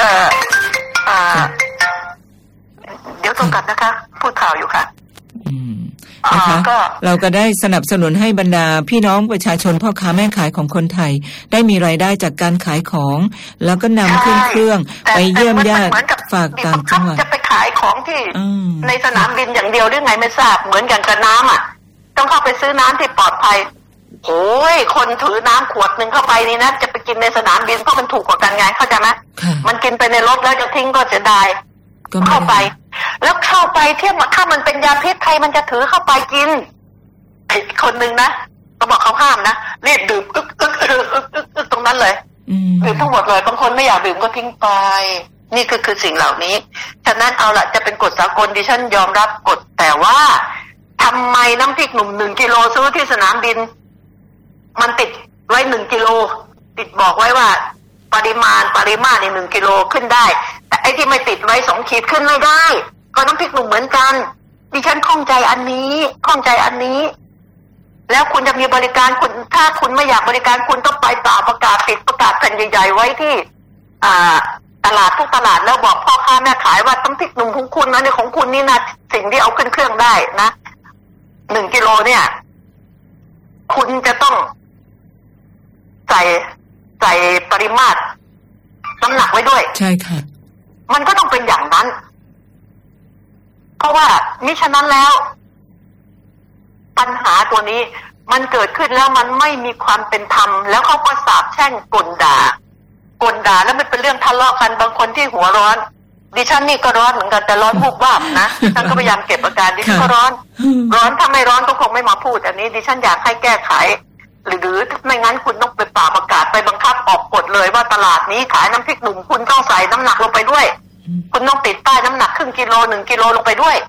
เดี๋ยวต้องกลับนะคะพูดข่าวอยู่ค่ะนะคะเราก็ได้สนับสนุนให้บรรดาพี่น้องประชาชนพ่อค้าแม่ขายของคนไทยได้มีรายได้จากการขายของแล้วก็นำขึ้นเครื่องไปเยี่ยมญาติฝากต่างจังหวัดจะไปขายของที่ในสนามบินอย่างเดียวหรือไงไม่ทราบเหมือนกันกับน้ำต้องเข้าไปซื้อน้ำที่ปลอดภัยโอ้ยคนถือน้ำขวดนึงเข้าไปนี่นะจะไปกินในสนามบินเพราะมันถูกกว่ากันไงเข้าใจไหมมันกินไปในรถแล้วจะทิ้งก็เสียดายเข้าไปแล้วเข้าไปเทียบถ้ามันเป็นยาพิษใครมันจะถือเข้าไปกินไอ้คนนึงนะก็บอกเขาห้ามนะรีบดื่มอึกตรงนั้นเลยดื่มทั้งหมดเลยบางคนไม่อยากดื่มก็ทิ้งไปนี่คือสิ่งเหล่านี้ฉะนั้นเอาละจะเป็นกฎสากลดิฉันยอมรับกฎแต่ว่าทำไมน้ำพริกหนุ่ม1 กิโลซื้อที่สนามบินมันติดไว้1 กิโลติดบอกไว้ว่าปริมาณใน1 กิโลขึ้นได้แต่ไอ้ที่ไม่ติดไว้2 ขีดขึ้นไม่ได้ก็น้ำพริกหนุ่มเหมือนกันดิฉันข้องใจอันนี้แล้วคุณจะมีบริการคุณถ้าคุณไม่อยากบริการคุณต้องไปต่อประกาศติดประกาศแผ่นใหญ่ๆไว้ที่ตลาดทุกตลาดแล้วบอกพ่อค้าแม่ขายว่าน้ำพริกหนุ่มของคุณนะเนี่ยของคุณนี่นะสิ่งที่เอาขึ้นเครื่องได้นะ1 กิโลเนี่ยคุณจะต้องใส่ปริมาตรน้ำหนักไว้ด้วยใช่ค่ะมันก็ต้องเป็นอย่างนั้นเพราะว่ามิฉะนั้นแล้วปัญหาตัวนี้มันเกิดขึ้นแล้วมันไม่มีความเป็นธรรมแล้วเขาก็สาปแช่งกลด่าแล้วมันเป็นเรื่องทะเลาะกันบางคนที่หัวร้อนดิฉันนี่ก็ร้อนเหมือนกันแต่ร้อนวูบวาบนะฉันก็พยายามเก็บอาการดิฉันก็ร้อนถ้าไม่ร้อนก็คงไม่มาพูดอันนี้ดิฉันอยากให้แก้ไขหรือไม่งั้นคุณต้องไปป่าประกาศไปบังคับออกกฎเลยว่าตลาดนี้ขายน้ำพริกหนุ่มคุณต้องใส่น้ำหนักลงไปด้วยคุณต้องติดป้ายน้ำหนักครึ่งกิโล1 กิโลลงไปด้วย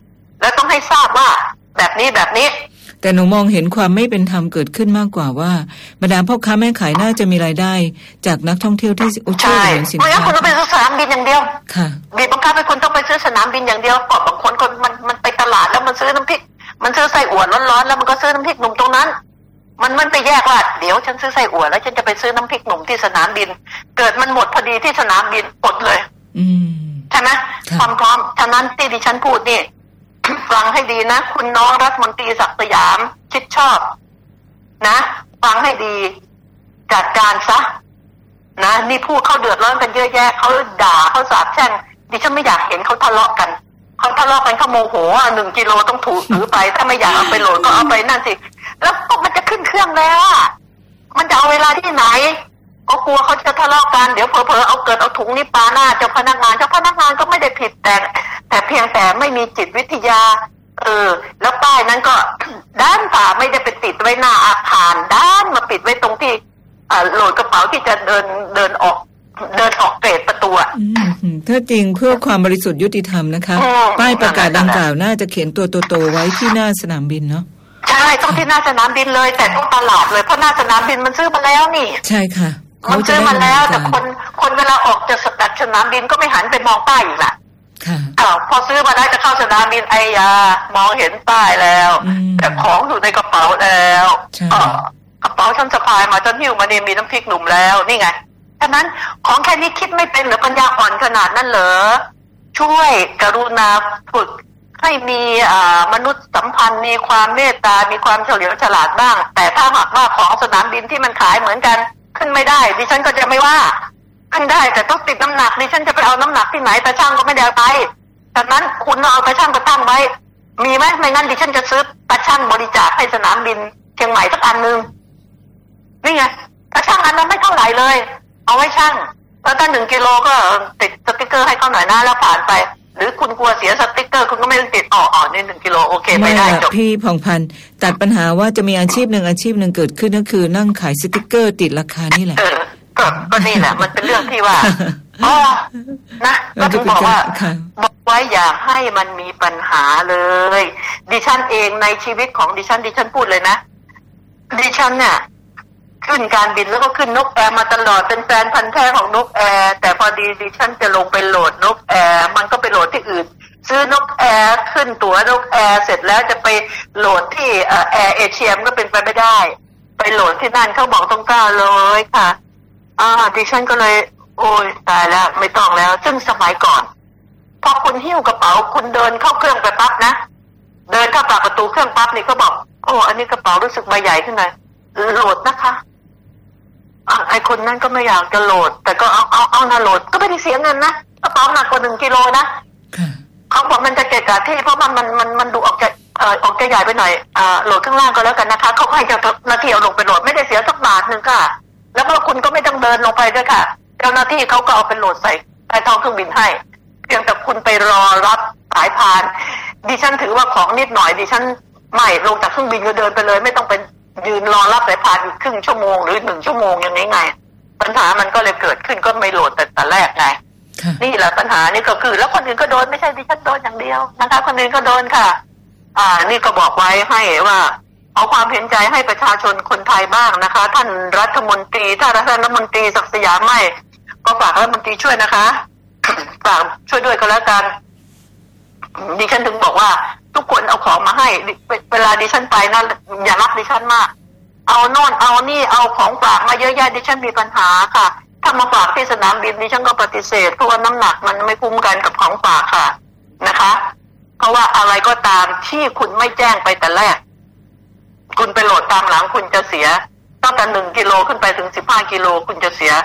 แล้วต้องให้ทราบว่าแบบนี้แต่หนูมองเห็นความไม่เป็นธรรมเกิดขึ้นมากกว่าว่าบรรดาพ่อค้าแม่ขายน่าจะมีรายได้จากนักท่องเที่ยวที่ช่วยเหลือสินค้าไม่งั้นคุณต้องไปซื้อสนามบินอย่างเดียวค่ะบีบบังคับให้คุณต้องไปซื้อสนามบินอย่างเดียวก่อนบางคนมันไปตลาดแล้วมันซื้อน้ำพริกมันซื้อไส้อั่วร้อนๆแล้วมันก็ซื้อน้ำพริกหนุ่มตรงนั้นมันไปแยกว่าเดี๋ยวฉันซื้อไส้อั่วแล้วฉันจะไปซื้อน้ำพริกหนุ่มที่สนามบินเกิดมันหมดพอดีที่สนามบินหมดเลยใช่ไหมความพร้อมฉะนั้นที่ดิฉันพูดนี่ ฟังให้ดีนะคุณน้องรัฐมนตรีศักดิ์สยามชิดชอบนะฟังให้ดีจัดการซะนะนี่พูดเขาเดือดร้อนกันเยอะแยะเขาด่าเขาสาปแช่งดิฉันไม่อยากเห็นเขาทะเลาะกันเขาโมโห1 กิโลต้องถูกถือไปถ้าไม่อยากเอาไปโหลดก็เอาไปนั่นสิแล้วก็มันจะขึ้นเครื่องแล้วมันจะเอาเวลาที่ไหนก็กลัวเขาจะทะเลาะกันเดี๋ยวเผลอๆเอาถุงนี่ปาหน้าเจ้าพนักงานก็ไม่ได้ผิดแต่เพียงแต่ไม่มีจิตวิทยาแล้วป้ายนั้นก็ ด้านป่าไม่ได้ไปติดไว้หน้าอาคารด้านมาปิดไว้ตรงที่โหลดกระเป๋าที่จะเดินออกเกรดประตูถ้าจริงเพื่อความบริสุทธิ์ยุติธรรมนะคะป้ายประกาศดังกล่าวน่าจะเขียนตัวโตๆไว้ที่หน้าสนามบินเนาะใช่ต้องที่หน้าสนามบินเลยแต่ต้องตลาดเลยเพราะหน้าสนามบินมันซื้อมาแล้วนี่ใช่ค่ะมันซื้อมาแล้วแต่คนเวลาออกจากสนามบินก็ไม่หันไปมองป้ายอีกละพอซื้อมาได้จะเข้าสนามบินมองเห็นป้ายแล้วแต่ของอยู่ในกระเป๋าแล้วกระเป๋าฉันสะพายมาฉันหิ้วมาเนี่ยมีน้ำพริกหนุ่มแล้วนี่ไงฉะนั้นของแค่นี้คิดไม่เป็นหรือปัญญาอ่อนขนาดนั้นเหรอช่วยกรุณาฝึกให้มีมนุษยสัมพันธ์มีความเมตตามีความเฉลียวฉลาดบ้างแต่ถ้าหากว่าของสนามบินที่มันขายเหมือนกันขึ้นไม่ได้ดิฉันก็จะไม่ว่าขึ้นได้แต่ต้องติดน้ำหนักดิฉันจะไปเอาน้ำหนักที่ไหนตาช่างก็ไม่ได้เอาไปฉะนั้นคุณเอาตาช่างไปตั้งไว้มีไหมไม่งั้นดิฉันจะซื้อตาช่างบริจาคให้สนามบินเชียงใหม่สักอันนึงนี่ไงตาช่างอันนั้นไม่เท่าไหร่เลยเอาไว้ช่างแล้วถ้า1 กิโลก็ติดสติ๊กเกอร์ให้เขาหน่อยนะแล้วผ่านไปหรือคุณกลัวเสียสติ๊กเกอร์คุณก็ไม่ต้องติดนี่1 กิโลโอเคไม่ได้จบพี่ผ่องพันธ์ตัดปัญหาว่าจะมีอาชีพหนึ่งเกิดขึ้นก็คือนั่งขายสติ๊กเกอร์ติดราคานี่แหละก็นี่แหละมันเป็นเรื่องที่ว่านะก็ถึงบอกว่าบอกไว้อย่าให้มันมีปัญหาเลยดิฉันเองในชีวิตของดิฉันพูดเลยนะดิฉันเนี่ยขึ้นการบินแล้วก็ขึ้นนกแอร์มาตลอดเป็นแฟนพันธุ์แท้ของนกแอร์แต่พอดีดิฉันจะลงไปโหลดนกแอร์มันก็ไปโหลดที่อื่นซื้อนกแอร์ขึ้นตั๋วนกแอร์เสร็จแล้วจะไปโหลดที่แอร์เอเชียก็เป็นไปไม่ได้ไปโหลดที่นั่นเขาบอกต้อง900ค่ะดิฉันก็เลยโอ้ยตายแล้วไม่ต้องแล้วซึ่งสมัยก่อนพอคุณหิ้วกระเป๋าคุณเดินเข้าเครื่องไปปั๊บนะเดินเข้าปากประตูเครื่องปั๊บนี่ก็บอกโอ้อันนี้กระเป๋ารู้สึกใบใหญ่ขึ้นหน่อยโหลดนะคะไอคนนั้นก็ไม่อยากจะโหลดแต่ก็เอานะโหลดก็ไม่ได้เสียเงินนะกระเป๋าหนักกว่า1 กิโลนะเขาบอกมันจะเกะกะที่เพราะมันดูออกจะใหญ่ไปหน่อยโหลดข้างล่างก็แล้วกันนะคะเขาให้เจ้าหน้าที่เอาลงไปโหลดไม่ได้เสียสักบาทนึงค่ะแล้วก็คุณก็ไม่ต้องเดินลงไปด้วยค่ะเจ้าหน้าที่เขาก็เอาไปโหลดใส่ใต้ท้องเครื่องบินให้เพียงแต่คุณไปรอรับสายพานดิฉันถือว่าของนิดหน่อยดิฉันไม่ลงจากเครื่องบินก็เดินไปเลยไม่ต้องเป็นยืนรอรับสายพานอีกครึ่งชั่วโมงหรือ1 ชั่วโมงอย่างนี้ไงปัญหามันก็เลยเกิดขึ้นก็ไม่โหลดแต่แรกไงนี่แหละปัญหานี่ก็คือแล้วคนอื่นก็โดนไม่ใช่ดิฉันโดนอย่างเดียวนะคะคนอื่นก็โดนค่ะนี่ก็บอกไว้ให้ว่าเอาความเห็นใจให้ประชาชนคนไทยบ้างนะคะท่านรัฐมนตรีถ้าท่านรัฐมนตรีศักดิ์สยามไม่ก็ฝากรัฐมนตรีช่วยนะคะ ฝากช่วยด้วยก็แล้วกันดิฉันถึงบอกว่าทุกคนเอาของมาให้เวลาดิฉันไปนะอย่ารักดิฉันมากเอาโน่นเอานี่เอาของฝากมาเยอะแยะดิฉันมีปัญหาค่ะถ้ามาฝากที่สนามบินดิฉันก็ปฏิเสธเพราะว่าน้ำหนักมันไม่คุ้มกันกับของฝากค่ะนะคะเพราะว่าอะไรก็ตามที่คุณไม่แจ้งไปแต่แรกคุณไปโหลดตามหลังคุณจะเสียตั้งแต่1 กิโลขึ้นไปถึง15 กิโลคุณจะเสีย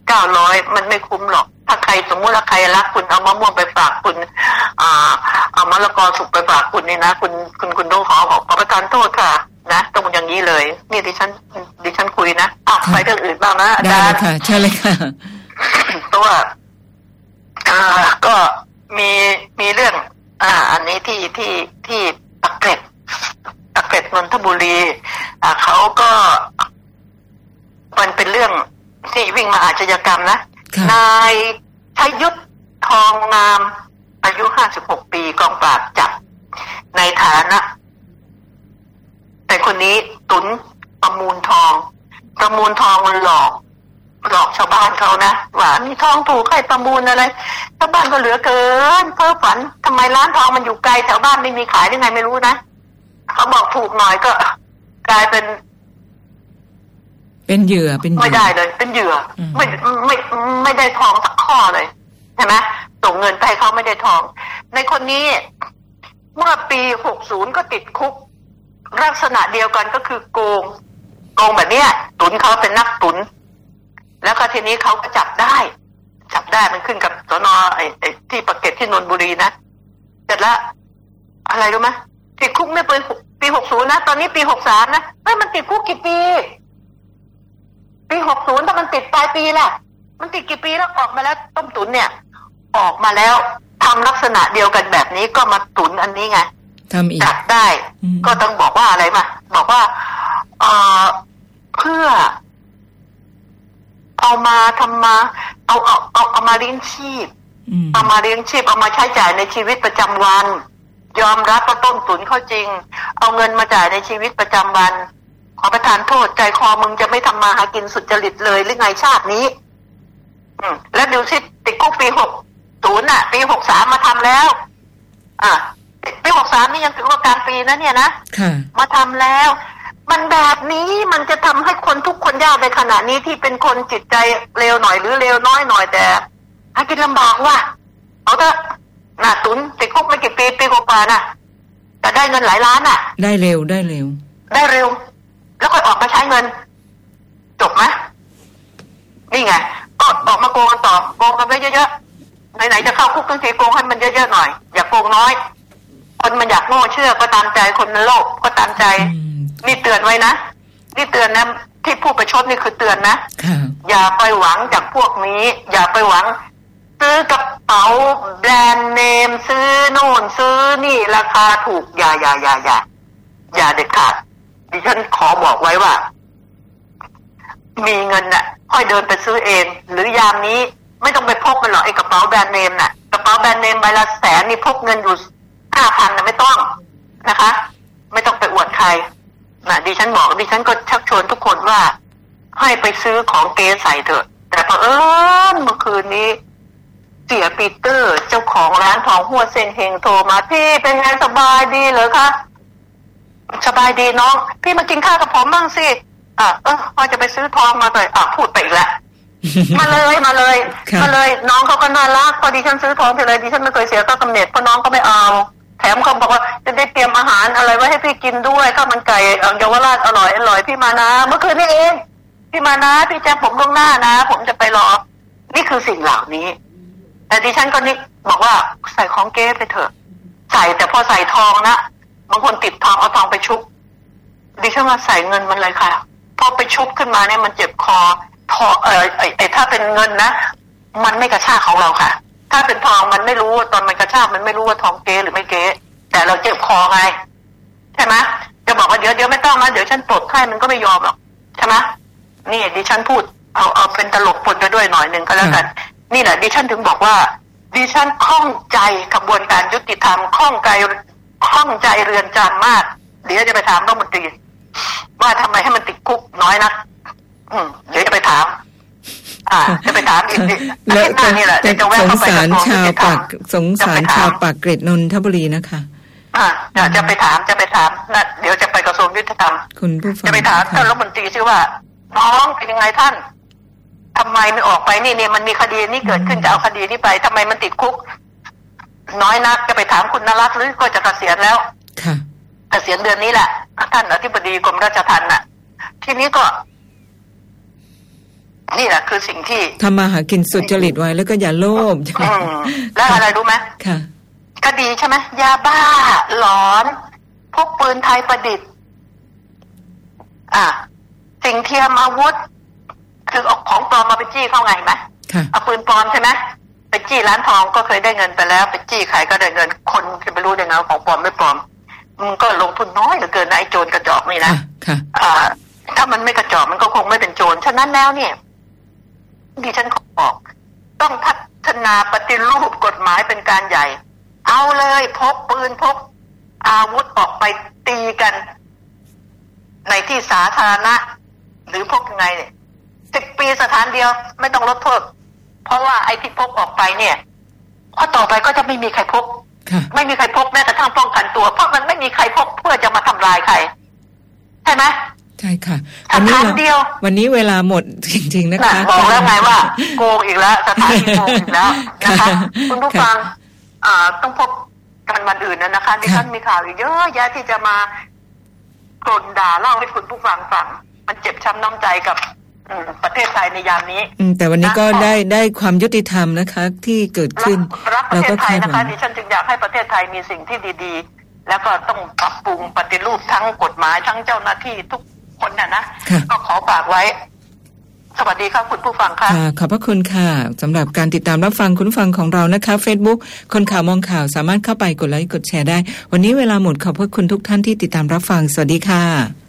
900มันไม่คุ้มหรอกถ้าใครสมมุติว่าใครรักคุณเอามะม่วงไปฝากคุณเอามะละกอสุกไปฝากคุณนี่นะคุณต้องขอประทานโทษค่ะนะตรงอย่างนี้เลยนี่ดิฉันคุยนะไปเรื่องอื่นบ้างนะอาจารย์ได้ค่ะใช่เลยค่ะตัวก็มีเรื่องอันนี้ที่ปักเกร็ดนนทบุรีเขาก็มันเป็นเรื่องที่วิ่งมาอาชญากรรมนะนายชัยยุทธทองงามอายุ56 ปีกองปราบจับานะแต่คนนี้ตุนประมูลทองมันหลอกชาวบ้านเขานะว่ามีทองถูกใครประมูลอะไรชาวบ้านก็เหลือเกินเพ้อฝันทำไมร้านทองมันอยู่ไกลแถวบ้านไม่มีขายได้ไงไม่รู้นะเขาบอกถูกหน่อยก็กลายเป็นเหยื่อไม่ได้เลยเป็นเหยื่อไม่ได้ทองสักข้อเลยใช่ไหมส่งเงินไปเขาไม่ได้ทองในคนนี้เมื่อปี60ก็ติดคุกลักษณะเดียวกันก็คือโกงแบบเนี้ยตุนเขาเป็นนักตุนแล้วก็ทีนี้เขาก็จับได้มันขึ้นกับสน.ไอ้ที่ปากเกร็ดที่นนทบุรีนะเสร็จแล้วอะไรรู้ไหมติดคุกไม่เป็นปี60นะตอนนี้ปี63นะเฮ้ยมันติดคุกกี่ปีปี60ถ้ามันติดปลายปีล่ะมันติดกี่ปีแล้วออกมาแล้วต้มตุ๋นเนี่ยออกมาแล้วทำลักษณะเดียวกันแบบนี้ก็มาตุ๋นอันนี้ไงทำอีกจับได้ก็ต้องบอกว่าอะไรมาบอกว่าเพื่อเอามาทำมาเอามาเลี้ยงชีพเอามาใช้จ่ายในชีวิตประจำวันยอมรับว่าต้มตุ๋นเขาจริงเอาเงินมาจ่ายในชีวิตประจำวันขอประทานโทษใจคอมึงจะไม่ทำมาหากินสุจริตเลยหรือไงชาตินี้แล้วดูสิติดคุกปี60น่ะปี63มาทำแล้วปี63นี่ยังถือว่ากลางปีนะเนี่ยนะมาทำแล้วมันแบบนี้มันจะทำให้คนทุกคนยากในขณะนี้ที่เป็นคนจิตใจเลวหน่อยหรือเลวน้อยหน่อยแต่หากินลำบากว่ะเอาเถอะน่ะตุนติดคุกไม่กี่ปีกว่าๆน่ะแต่ได้เงินหลายล้านน่ะได้เร็วแล้วค่อยออกมาใช้เงินจบไหมนี่ไงก็ออกมาโกงกันต่อโกงกันไปเยอะๆไหนๆจะเข้าคุกทั้งทีโกงให้มันเยอะๆหน่อยอย่าโกงน้อยคนมันอยากโง่เชื่อก็ตามใจคนในโลกก็ตามใจนี่เตือนไว้นะนี่เตือนนะที่ผู้ประชดนี่คือเตือนนะอย่าไปหวังจากพวกนี้อย่าไปหวังซื้อกระเป๋าแบรนด์เนมซื้อโน่นซื้อนี่ราคาถูกอย่าเด็ดขาดดิฉันขอบอกไว้ว่ามีเงินน่ะค่อยเดินไปซื้อเองหรือยามนี้ไม่ต้องไปพกมันหรอกไอ้กระเป๋าแบรนด์เนมน่ะกระเป๋าแบรนด์เนมใบละ100,000นี่พกเงินอยู่ 5,000 น่ะไม่ต้องนะคะไม่ต้องไปอวดใครนะดิฉันก็ชักชวนทุกคนว่าให้ไปซื้อของเก๋ใส่เถอะแต่เผอิญเมื่อคืนนี้เสียปีเตอร์เจ้าของร้านทองหัวเซ็นเฮงโทรมาพี่เป็นไงสบายดีเหรอคะสบายดีน้องพี่มากินข้าวกับผมบ้างสิว่าจะไปซื้อทองมาเลยพูดไปอีกแล้วมาเลยน้องเขาก็น่ารักพอดิฉันซื้อทองไปเลยดิฉันไม่เคยเสียค่ากำเนิดเพราะน้องก็ไม่เอาแถมเขาบอกว่าจะได้เตรียมอาหารอะไรไว้ให้พี่กินด้วยข้าวมันไก่เยาวราชอร่อยพี่มานะเมื่อคืนนี้เองพี่มานะพี่แจ้งผมล่วงหน้านะผมจะไปรอนี่คือสิ่งเหล่านี้แต่ดิฉันก็นี่บอกว่าใส่ของเก๊ไปเถอะใส่แต่พอใส่ทองนะบางคนติดทองเอาทองไปชุบดิฉันว่าใส่เงินมันเลยค่ะพอไปชุบขึ้นมาเนี่ยมันเจ็บคอทองถ้าเป็นเงินนะมันไม่กระชากของเราค่ะถ้าเป็นทองมันไม่รู้ตอนมันกระชากมันไม่รู้ว่าทองเก๊หรือไม่เก๊แต่เราเจ็บคอไงใช่ไหมจะบอกว่าเดี๋ยวไม่ต้องนะเดี๋ยวฉันปลดให้มันก็ไม่ยอมหรอกใช่ไหมนี่ดิฉันพูดเอาเป็นตลกปนไปด้วยหน่อยนึงก็แล้วกันนี่แหละดิฉันถึงบอกว่าดิฉันข้องใจกระบวนการยุติธรรมข้องใจเรือนจำมากเดี๋ยวจะไปถามรัฐมนตรีว่าทำไมให้มันติดคุกน้อยนักเดี๋ยวจะไปถามจะไปถามอีกแล้วนี่แหละจะแวะเข้าไปสงสารชาวปากเกร็ดนนทบุรีนะคะจะไปถามนะเดี๋ยวจะไปกระทรวงยุติธรรมคุณผู้ฟังจะไปถามท่านรัฐมนตรีชื่อว่าน้องเป็นยังไงท่านทำไมไม่ออกไปนี่มันมีคดีนี้เกิดขึ้นจะเอาคดีนี้ไปทำไมมันติดคุกน้อยนักจะไปถามคุณนรัตน์หรือก็จะเกษียณแล้วค่ะเกษียณเดือนนี้แหละท่านอธิบดีกรมราชทัณฑ์น่ะทีนี้ก็นี่แหละคือสิ่งที่ทำมาหากินสุจริตไว้แล้วก็อย่าโลภแล้วอะไรรู้ไหมค่ะคดีใช่ไหมยาบ้าหลอนพกปืนไทยประดิษฐ์สิ่งเทียมอาวุธคือเอาของปลอมมาไปจี้เข้าไงไหมเอาปืนปลอมใช่ไหมไปจี้ร้านทองก็เคยได้เงินไปแล้วไปจี้ใครก็ได้เงินคนจะไม่รู้ได้ไงของปลอมไม่ปลอมมันก็ลงทุนน้อยเหลือเกินนะไอ้โจรกระจอกนี่นะถ้ามันไม่กระจอกมันก็คงไม่เป็นโจรฉะนั้นแล้วเนี่ยดิฉันขอบอกต้องพัฒนาปฏิรูปกฎหมายเป็นการใหญ่เอาเลยพกปืนพกอาวุธออกไปตีกันในที่สาธารณะหรือพกยังไงเนี่ย10 ปีสถานเดียวไม่ต้องลดโทษเพราะว่าไอ้ที่พกออกไปเนี่ยพอต่อไปก็จะไม่มีใครพกไม่มีใครพกแม้กระทั่งป้องกันตัวเพราะมันไม่มีใครพกเพื่อจะมาทำลายใครใช่ไหมใช่ค่ะวันนี้เวลาหมดจริงๆนะคะบอกแล้วไงว่าโกงอีกแล้วสถานีโกงอีกแล้วนะคะคุณผู้ฟังต้องพบกันวันอื่นนะคะดิฉันมีข่าวอีกเยอะแยะที่จะมากล่นด่าเล่าให้คุณผู้ฟังฟังมันเจ็บช้ำน้ำใจกับประเทศไทยในยามนี้แต่วันนี้ก็ได้ความยุติธรรมนะคะที่เกิดขึ้นรักประเทศไทยนะคะดิฉันจึงอยากให้ประเทศไทยมีสิ่งที่ดีๆแล้วก็ต้องปรับปรุงปฏิรูปทั้งกฎหมายทั้งเจ้าหน้าที่ทุกคนนะก็ขอฝากไว้สวัสดีครับคุณผู้ฟังค่ะขอบพระคุณค่ะสำหรับการติดตามรับฟังคุณผู้ฟังของเรานะคะ Facebook คนข่าวมองข่าวสามารถเข้าไปกดไลค์กดแชร์ได้วันนี้เวลาหมดขอบพระคุณทุกท่านที่ติดตามรับฟังสวัสดีค่ะ